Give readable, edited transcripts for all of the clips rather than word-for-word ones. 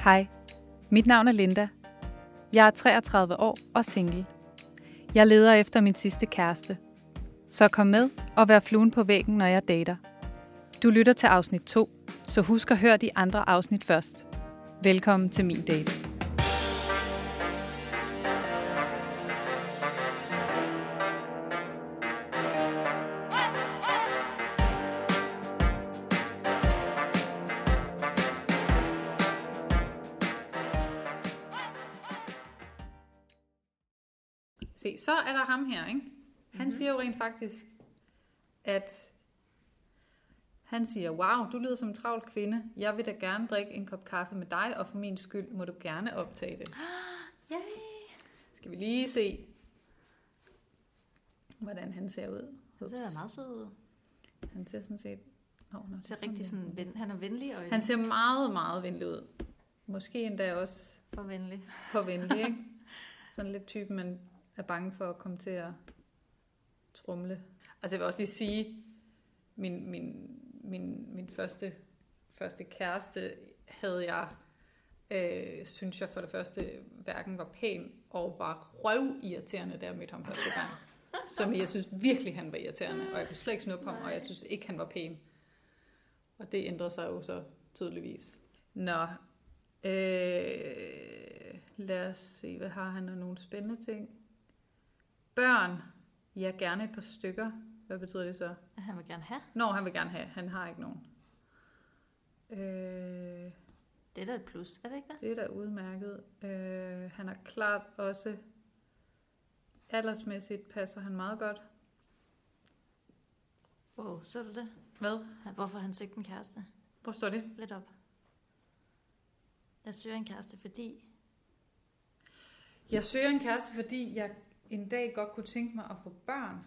Hej, mit navn er Linda. Jeg er 33 år og single. Jeg leder efter min sidste kæreste. Så kom med og vær fluen på væggen, når jeg dater. Du lytter til afsnit 2, så husk at høre de andre afsnit først. Velkommen til min date. Se, så er der ham her, ikke? Han siger jo rent faktisk, at han siger, wow, du lyder som en travl kvinde. Jeg vil da gerne drikke en kop kaffe med dig, og for min skyld må du gerne optage det. Yay. Skal vi lige se, hvordan han ser ud. Det er da meget sød ud. Han ser sådan set... Han ser rigtig sådan, han er venlig. Og han ser meget, meget venlig ud. Måske endda også... For venlig. For venlig, ikke? Sådan lidt typen, man er bange for at komme til at trumle. Altså jeg vil også lige sige, min første kæreste havde jeg, synes jeg for det første, hverken var pæn og var røvirriterende, da jeg mødte ham første gang. Som jeg synes virkelig, han var irriterende, og jeg kunne slet ikke snuppe ham, og jeg synes ikke, han var pæn. Og det ændrede sig jo så tydeligvis. Nå, lad os se, hvad har han af nogle spændende ting. Børn. Ja, gerne et par stykker. Hvad betyder det så? Han vil gerne have. Nå, han vil gerne have. Han har ikke nogen. Det er da et plus, er det ikke det? Det er da udmærket. Han er klart også... Aldersmæssigt passer han meget godt. Wow, så du det? Hvad? Hvorfor han søgte en kæreste? Hvor står det? Lidt op. Jeg søger en kæreste, fordi... Jeg søger en kæreste, fordi jeg en dag godt kunne tænke mig at få børn.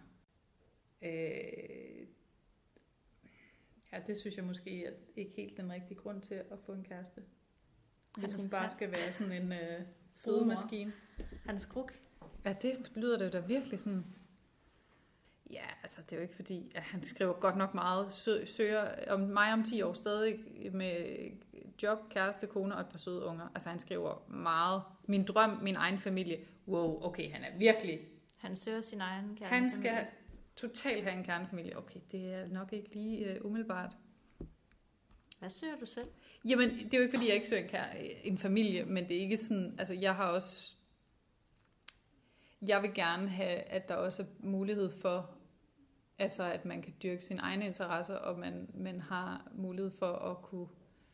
Ja, det synes jeg måske er ikke helt den rigtige grund til at få en kæreste. Hvis hun bare skal være sådan en fødemaskine. Han er skruk. Ja, det lyder det da virkelig sådan... Ja, altså det er jo ikke fordi, at han skriver godt nok meget, søger om mig om 10 år stadig med job, kæreste, kone og et par søde unger. Altså han skriver meget. Min drøm, min egen familie. Wow, okay, han er virkelig... Han søger sin egen kernefamilie. Han skal totalt have en kernefamilie. Okay, det er nok ikke lige umiddelbart. Hvad søger du selv? Jamen, det er jo ikke fordi, jeg ikke søger en familie, men det er ikke sådan... Altså jeg har også... Jeg vil gerne have, at der også er mulighed for, altså at man kan dyrke sine egne interesser, og man har mulighed for at kunne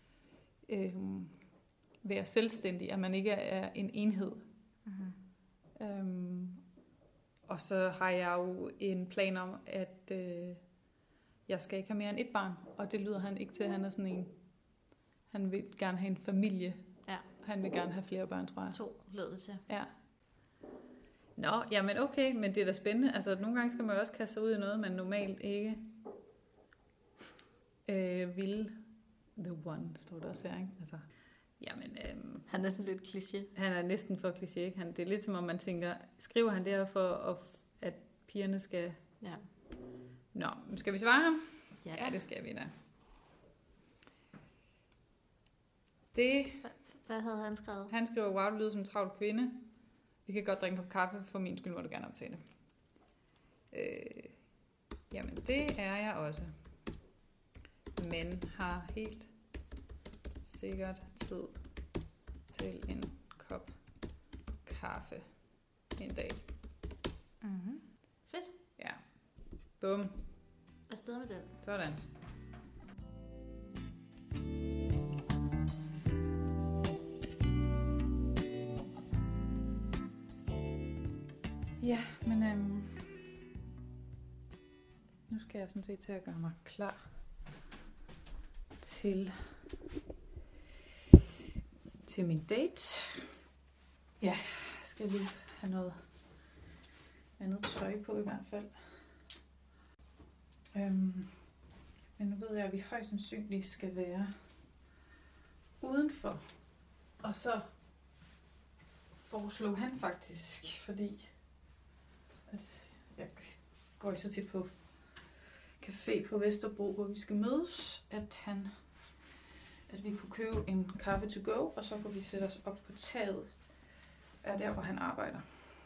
være selvstændig, at man ikke er en enhed. Mm-hmm. Og så har jeg jo en plan om, at jeg skal ikke have mere end et barn, og det lyder han ikke til. Han er sådan en, han vil gerne have en familie. Ja. Han vil gerne have flere børn, tror jeg. 2 lød det til. Ja. Nå, jamen okay, men det er da spændende. Altså, nogle gange skal man også kaste sig ud i noget, man normalt ikke vil. The one, står der også her, ikke? Altså, jamen... Han er næsten lidt kliché. Han er næsten for kliché, ikke? Det er lidt som om man tænker, skriver han det her for, at pigerne skal... Ja. Nå, skal vi svare ham? Ja, ja det skal vi da. Det... Hvad havde han skrevet? Han skriver, wow, du lyder som en travl kvinde. Vi kan godt drikke en kop kaffe, for min skyld må du gerne optage det. Jamen, det er jeg også. Men har helt sikkert tid til en kop kaffe en dag. Mm-hmm. Fedt. Ja. Bum. Afsted med den. Sådan. Ja, men nu skal jeg sådan set til at gøre mig klar til min date. Ja, jeg skal lige have noget andet tøj på i hvert fald. Men nu ved jeg, at vi højst sandsynligt skal være udenfor. Og så foreslog han faktisk, fordi at jeg går ikke så tit på café på Vesterbro, hvor vi skal mødes, at vi kunne købe en kaffe to go, og så kunne vi sætte os op på taget af der, hvor han arbejder.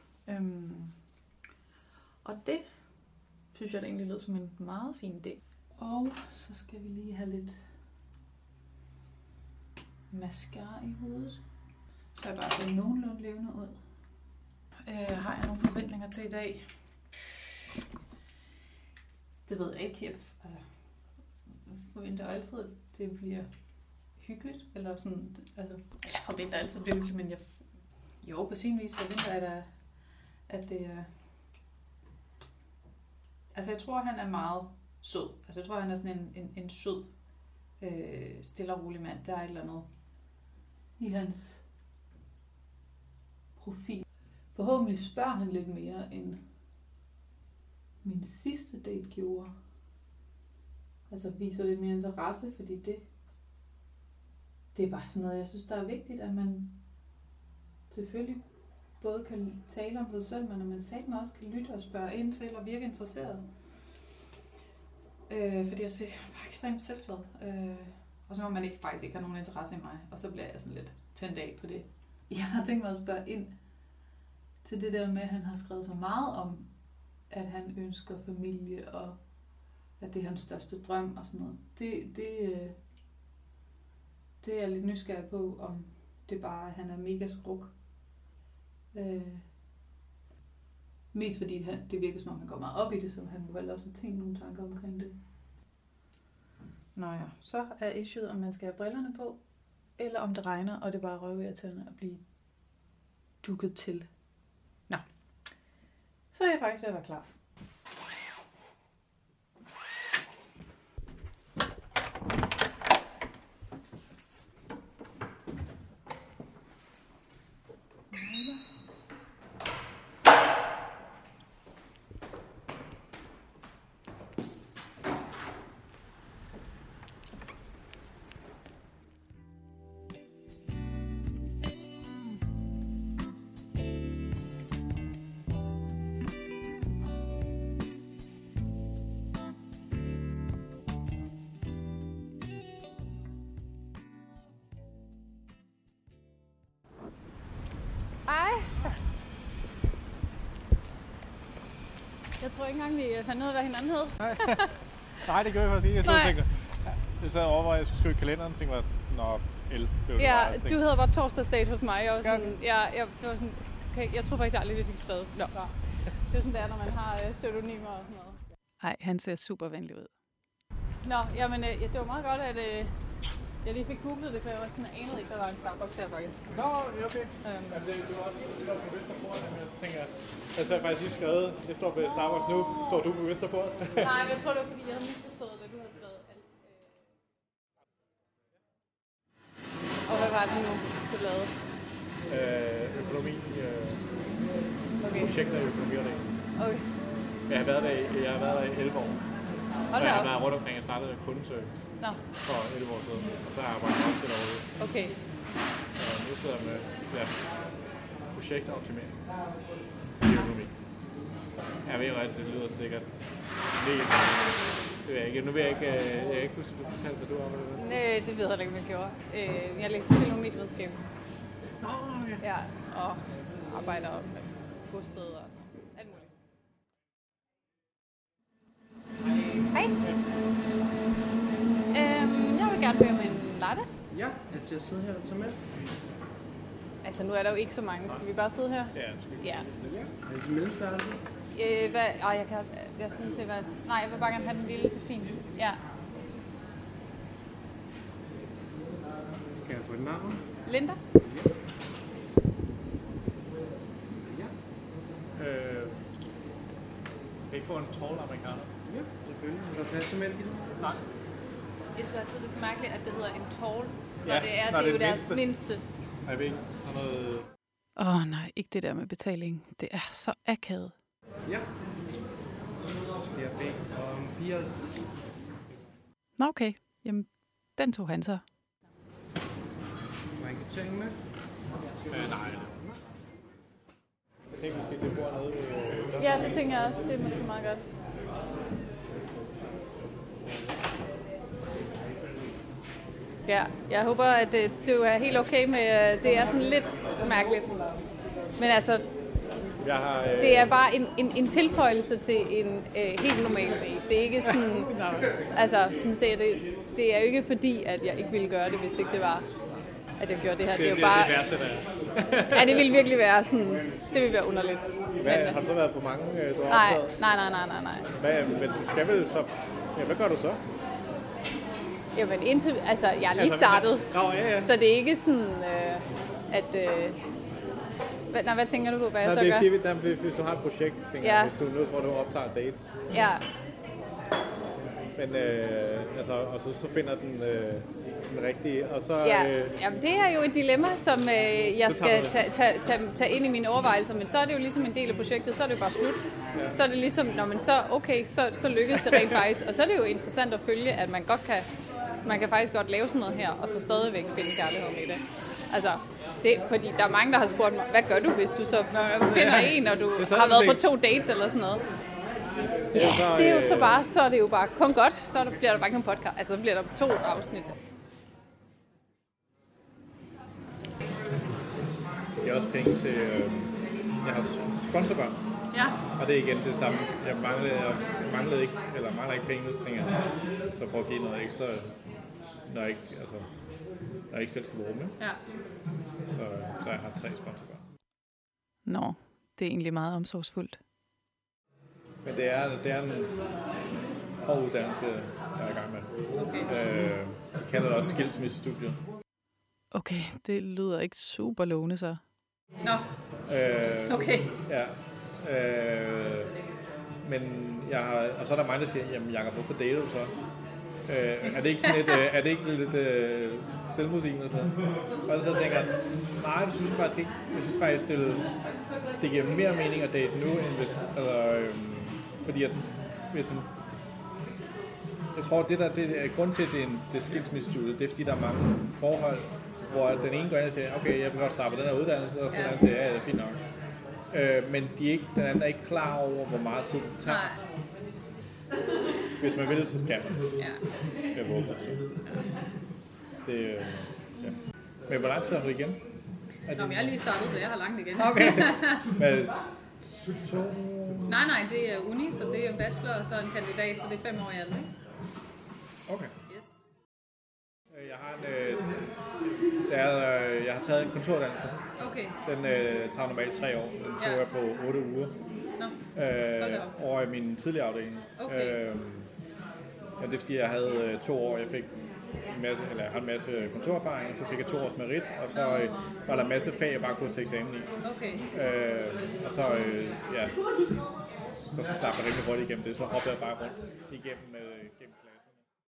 Og det synes jeg da egentlig lød som en meget fin idé. Og så skal vi lige have lidt mascara i hovedet, så jeg bare ser nogenlunde levende ud. Har jeg nogle forventninger til i dag? Det ved jeg ikke. Jeg forventer altid, at det bliver hyggeligt. Eller sådan, altså, jeg forventer altid, at det bliver hyggeligt, men jo, på sin vis forventer jeg da, at det er... Altså, jeg tror, han er meget sød. Altså, jeg tror, han er sådan en sød, stille og rolig mand. Der er et eller andet i hans profil. Forhåbentlig spørger han lidt mere, end min sidste date gjorde. Altså viser lidt mere interesse, fordi det er bare sådan noget, jeg synes, der er vigtigt, at man selvfølgelig både kan tale om sig selv, men at man selv også kan lytte og spørge ind til og virke interesseret. Fordi jeg er bare ekstremt selvglad. Og så må man faktisk ikke have nogen interesse i mig, og så bliver jeg sådan lidt tændt af på det. Jeg har tænkt mig at spørge ind til det der med, at han har skrevet så meget om, at han ønsker familie, og at det er hans største drøm og sådan noget. Det er jeg lidt nysgerrig på, om det bare, at han er mega skruk. Mest fordi det virker som om, han går meget op i det, så han må vel også have tænkt nogle tanker omkring det. Nå ja, så er issueet, om man skal have brillerne på, eller om det regner, og det bare røvirriterende at blive dukket til. Nå, så er jeg faktisk ved at være klar. Jeg tror ikke engang, vi fandt ud af, hvad hinanden hed. Nej, det gør jeg faktisk ikke. Jeg sad og overvejede, at jeg skulle skrive i kalenderen, og tænkte mig, ja, du havde bare torsdagsdate hos mig, og sådan, jeg var sådan, okay, jeg tror faktisk aldrig, vi fik skrevet. No. Det er sådan der, når man har pseudonymer og sådan noget. Nej, han ser super venlig ud. Nå, jamen, det var meget godt, at jeg lige fik googlet det, for jeg var sådan, anede ikke, der var en Starbucks her faktisk. Nå, det er okay. Det var også på Vesterport, men så tænker jeg så har faktisk lige skrevet, det står på Starbucks nu, står du på Vesterport? Nej, men jeg tror det var, fordi jeg havde misforstået det, du havde skrevet. Og hvad var det nu, du lavede? Økonomi, okay. Projekter i økonomiafdelingen. Okay. Jeg har været der i 11 år. Hold jeg har været rundt omkring, jeg startede kundeservice for 11 år siden, og så har jeg arbejdet op til derude. Okay. Så nu sidder jeg med projektoptimering i økonomi. Jeg ved jo, at det lyder sikkert. Det ved jeg ikke. Nu ved jeg ikke huske, at du fortalte, hvad du arbejder med. Nej, det ved jeg heller ikke, hvad jeg gjorde. Jeg læser film og medievidenskab. Ja, og arbejder med bosteder og sådan noget. Alt muligt. Hej. Jeg vil gerne høre med en latte. Ja, er til at sidde her og tage med? Altså, nu er der jo ikke så mange. Skal vi bare sidde her? Ja, det skal vi. Ja. Er det til mellemstørrelse? Jeg skal lige se, hvad... Nej, jeg vil bare gerne have den lille. Det er fint. Ja. Kan jeg få et navn? Linda? Ja. Kan I få en tall amerikaner? Ja, selvfølgelig. Er der plads til mælk i det? Nej. Jeg synes altid, det er så mærkeligt, at det hedder en tall. Når Ja, det er, når det er jo det er deres mindste. Jeg ved ikke, der er noget... Nej, ikke det der med betaling. Det er så akavet. Ja. Jeg beder om 54. Nå, okay. Jamen, den tog han så. Må jeg ikke tjene med? Nej. Jeg tænker måske, det bor nede ved... Ja, det tænker jeg også. Det er måske meget godt. Ja, jeg håber, at du er helt okay med, det er sådan lidt mærkeligt. Men altså, det er bare en tilføjelse til en helt normal dag. Det er ikke sådan, altså, som jeg siger, det er jo ikke fordi, at jeg ikke ville gøre det, hvis ikke det var, at jeg gjorde det her. Det er jo bare... Det værste, der. Ja, det ville virkelig være sådan, det ville være underligt. Har du så været på mange, du har optaget? Nej. Men du skal vel så... Ja, hvad gør du så? Jamen indtil, altså jeg er lige startet, så det er ikke sådan, hvad tænker du på, hvad jeg så gør? Hvis du har et projekt, tænker jeg, hvis du er nødt for, at du optager dates. Ja. Men og så finder den rigtige, og så... Jamen det er jo et dilemma, som jeg skal tage ind i mine overvejelser, men så er det jo ligesom en del af projektet, så er det jo bare slut. Ja. Så er det ligesom, når man så, okay, så lykkes det rent faktisk, og så er det jo interessant at følge, at man kan faktisk godt lave sådan noget her, og så stadigvæk finde kærligheden i det. Altså, fordi der er mange, der har spurgt mig, hvad gør du, hvis du så finder en, og du har været på 2 dates eller sådan noget? Ja, det er jo så er det jo bare kun godt, så bliver der bare ikke nogen podcast, altså så bliver der 2 afsnit. Jeg har også penge til, jeg har sponsorbørn. Ja. Og det er igen det samme. Jeg mangler ikke penge nu, så tænker jeg, så prøv at give noget ekstra, når jeg ikke selv skal bruge dem. Ja. Så jeg har 3 sponsorbørn. Nå, det er egentlig meget omsorgsfuldt. Men det er en hård uddannelse, jeg er i gang med. Okay. Jeg kalder det også skilsmissestudiet. Okay, det lyder ikke super lovende så. Nå, okay. Ja. Men og så er der mig, der siger, jamen Jacob, hvorfor dater du så? Er det ikke sådan lidt selvmusikken og sådan noget? Og så tænker jeg, nej, det synes jeg faktisk ikke. Jeg synes faktisk, det giver mere mening at date nu, end hvis... fordi at hvis jeg tror, det er grund til, at det er skilsmissestudiet, det er fordi, der er mange forhold, hvor den ene går ind og siger, okay, jeg vil godt starte på den her uddannelse, og så den anden siger, ja, det er fint nok. Men den anden er ikke klar over, hvor meget tid det tager. Nej. Hvis man vil, så kan man. Ja. Jeg håber så. Det, ja. Men hvor lang tid har du igen? Nå, men jeg er lige startet, så jeg har langt igen. Okay. Men, Nej, det er uni, så det er en bachelor og så en kandidat, så det er 5 år i alt, ikke? Okay. Yes. Jeg har taget en kontoruddannelse. Okay. Den tager normalt 3 år. Den tog jeg på 8 uger. Over i min tidligere afdeling. Okay. Det er fordi, jeg havde 2 år. Jeg fik jeg har en masse kontorerfaring, så fik jeg 2 års merit, og så var der en masse fag, jeg bare kunne tage eksamen i. Okay. Og så, så slap jeg rigtig hurtigt igennem det, så hoppede jeg bare rundt igennem klasserne.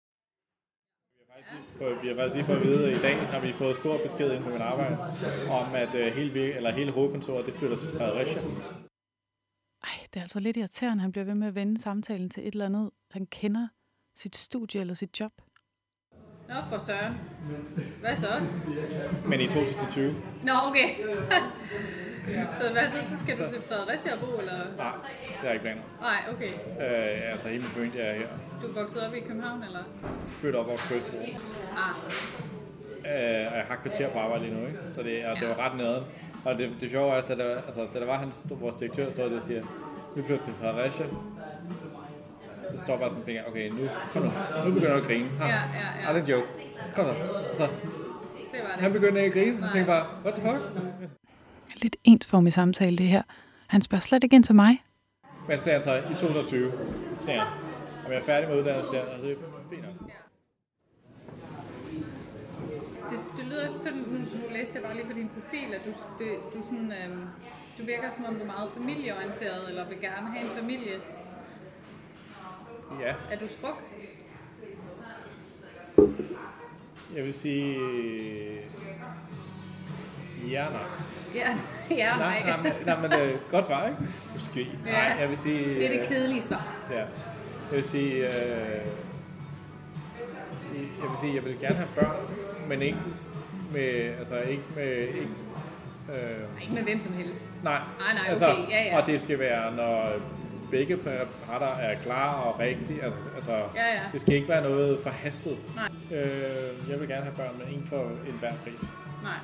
Vi har faktisk lige fået at vide, i dag har vi fået stor besked inden på mit arbejde, om at hele hovedkontoret, det flytter til Fredericia. Ej, det er altså lidt irriterende, han bliver ved med at vende samtalen til et eller andet, han kender sit studie eller sit job. Nå, for søren. Hvad så? Men i 2020. Nå, okay. Så hvad så skal du til Fredericia bo, eller? Nej, det har jeg ikke planer. Nej, okay. Altså hele min familie er her. Du er vokset op i København, eller? Født op over Køstro. Jeg har kvarter på arbejde lige nu, ikke? Så det var ret nederen. Og det sjove er, at da der var vores direktør, stod der og siger, vi flytter til Fredericia. Så står bare sådan og tænker, okay, nu begynder jeg at grine. Ja. Det er en joke. Kom nu. Så, det var det. Han begyndte ikke at grine. Jeg tænkte bare, what the fuck? Lidt ensformig samtale, det her. Han spørger slet ikke ind til mig. Men så sagde han så, i 2020, siger han, om jeg er færdig med uddannelse der, altså det er fint nok. Det lyder sådan, nu læste jeg bare lige på din profil, at du sådan, du virker som om du er meget familieorienteret, eller vil gerne have en familie. Ja. Er du sprog? Jeg vil sige... Ja, nej. Ja, nej. Nej, men godt svar, ikke? Måske. Ja. Nej, jeg vil sige... Det er det kedelige svar. Ja. Jeg vil sige... jeg vil gerne have børn, men ikke med... Altså, ikke med... Ikke med hvem som helst. Nej, okay. Altså, ja. Og det skal være, når begge parter er klar og rigtige. Altså, Ja. det skal ikke være noget forhastet. Nej. Jeg vil gerne have børn, men ikke for enhver pris. Nej.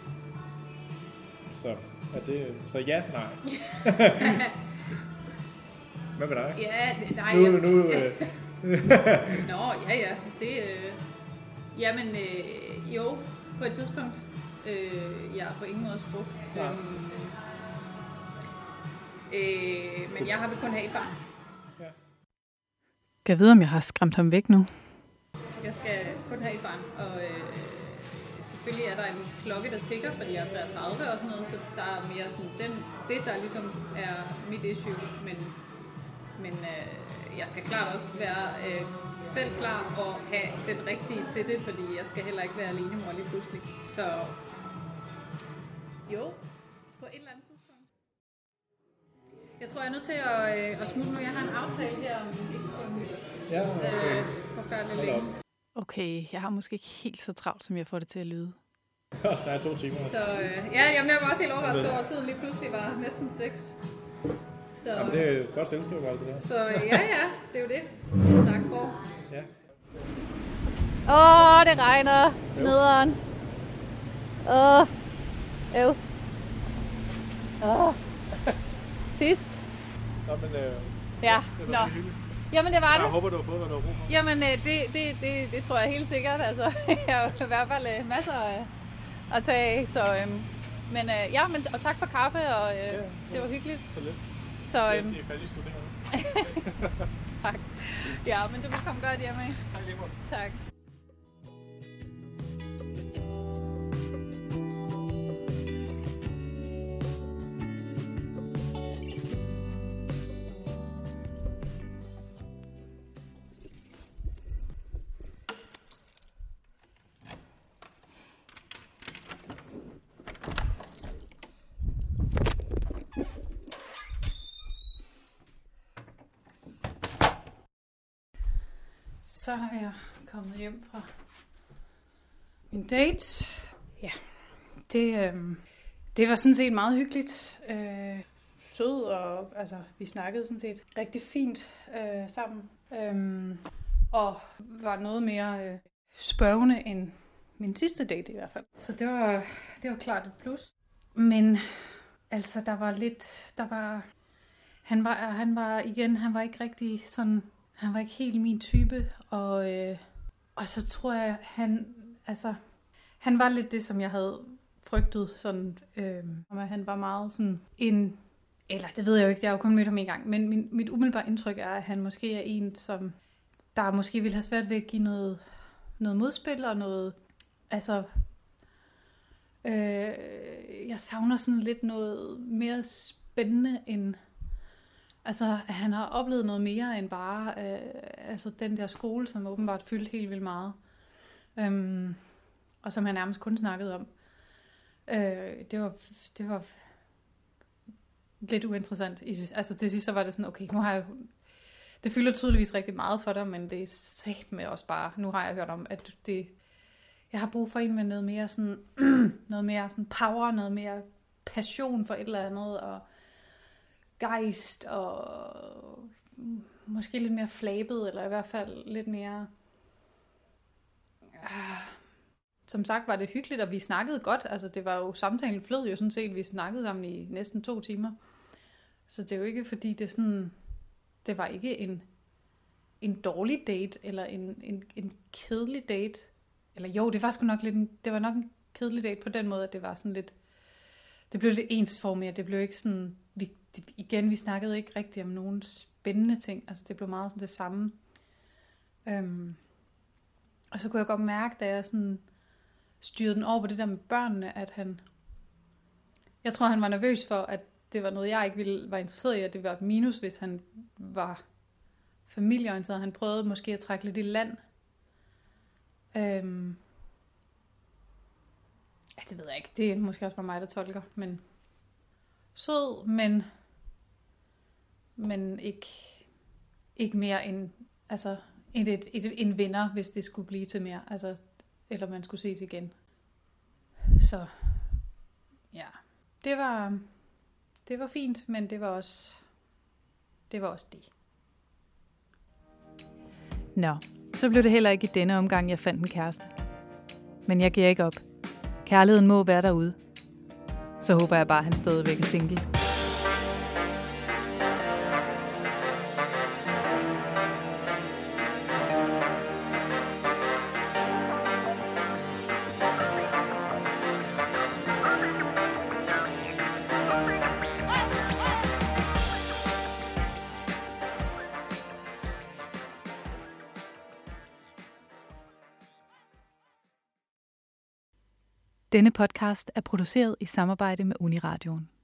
Så ja, nej. Hvad med dig? Ja, nej. Nå, ja. Det, jamen, jo, på et tidspunkt. Jeg er på ingen måde sprog. Nej. Men jeg har vel kun have et barn. Ja. Kan jeg vide, om jeg har skræmt ham væk nu? Jeg skal kun have et barn, og selvfølgelig er der en klokke, der tikker, fordi jeg er 33 og sådan noget, så der er mere sådan det der ligesom er mit issue, men jeg skal klart også være selv klar og have den rigtige til det, fordi jeg skal heller ikke være alene mor lige pludselig. Så jo, på et eller andet tidspunkt. Jeg tror, jeg er nødt til at smutte nu. Jeg har en aftale her om ikke så forfærdeligt længe. Okay, jeg har måske ikke helt så travlt, som jeg får det til at lyde. Så er 2 timer. Så jamen, jeg var også helt overrasket over, at tiden lige pludselig var næsten 6. Så, jamen, det er et godt selskab, alt det der. Så ja, det er jo det. Vi snakker går. Ja. Det regner. Nederen. Tis. Nå, men Ja, det var hyggeligt. Jamen det var Jeg det. håber, du har fået, hvad du har brug for. Jamen det tror jeg helt sikkert. Altså, jeg har i hvert fald masser at tage af. Så, men og tak for kaffe, og det var hyggeligt. Så lidt. Så, Det er færdig studerende. tak. Ja, men det må komme godt hjemme. Hej, Lemon. Tak. Så er jeg kommet hjem fra min date. Ja, det var sådan set meget hyggeligt. Sød, og altså, vi snakkede sådan set rigtig fint sammen. Og var noget mere spørgende end min sidste date i hvert fald. Så det var klart et plus. Men altså, han var ikke rigtig sådan. Han var ikke helt min type, og så tror jeg, han var lidt det, som jeg havde frygtet, sådan, han var meget sådan eller det ved jeg jo ikke, jeg har jo kun mødt ham en gang, men mit umiddelbare indtryk er, at han måske er en, som der måske ville have svært ved at give noget modspil, og noget, altså, jeg savner sådan lidt noget mere spændende end, altså, han har oplevet noget mere end bare altså den der skole, som åbenbart fyldte helt vildt meget. Og som han nærmest kun snakkede om. Det var lidt uinteressant. Altså til sidst så var det sådan, okay, nu har jeg... Det fylder tydeligvis rigtig meget for dig, men det er satme også bare... Nu har jeg hørt om, at jeg har brug for en med noget mere sådan... noget mere sådan power, noget mere passion for et eller andet, og gejst, og måske lidt mere flabet, eller i hvert fald lidt mere... Som sagt var det hyggeligt, og vi snakkede godt. Altså det var jo, samtalen flød jo sådan set, vi snakkede sammen i næsten 2 timer. Så det er jo ikke fordi det sådan... Det var ikke en dårlig date, eller en kedelig date. Eller jo, det var sgu nok lidt... Det var nok en kedelig date på den måde, at det var sådan lidt... Det blev lidt ensformigt, det blev ikke sådan... Vi snakkede ikke rigtig om nogen spændende ting. Altså det blev meget sådan det samme. Og så kunne jeg godt mærke, da jeg sådan styrede den over på det der med børnene, at han... Jeg tror, han var nervøs for, at det var noget, jeg ikke var interesseret i, at det var et minus, hvis han var familieorienteret. Han prøvede måske at trække lidt i land. Ja, det ved jeg ikke. Det er måske også bare mig, der tolker. Men sød, men ikke mere end, altså, en venner, hvis det skulle blive til mere. Altså, eller man skulle ses igen. Så, ja. Det var fint, men det var også Det var også det. Nå, så blev det heller ikke i denne omgang, jeg fandt en kæreste. Men jeg giver ikke op. Kærligheden må være derude. Så håber jeg bare, at han stadigvæk er single. Denne podcast er produceret i samarbejde med Uniradioen.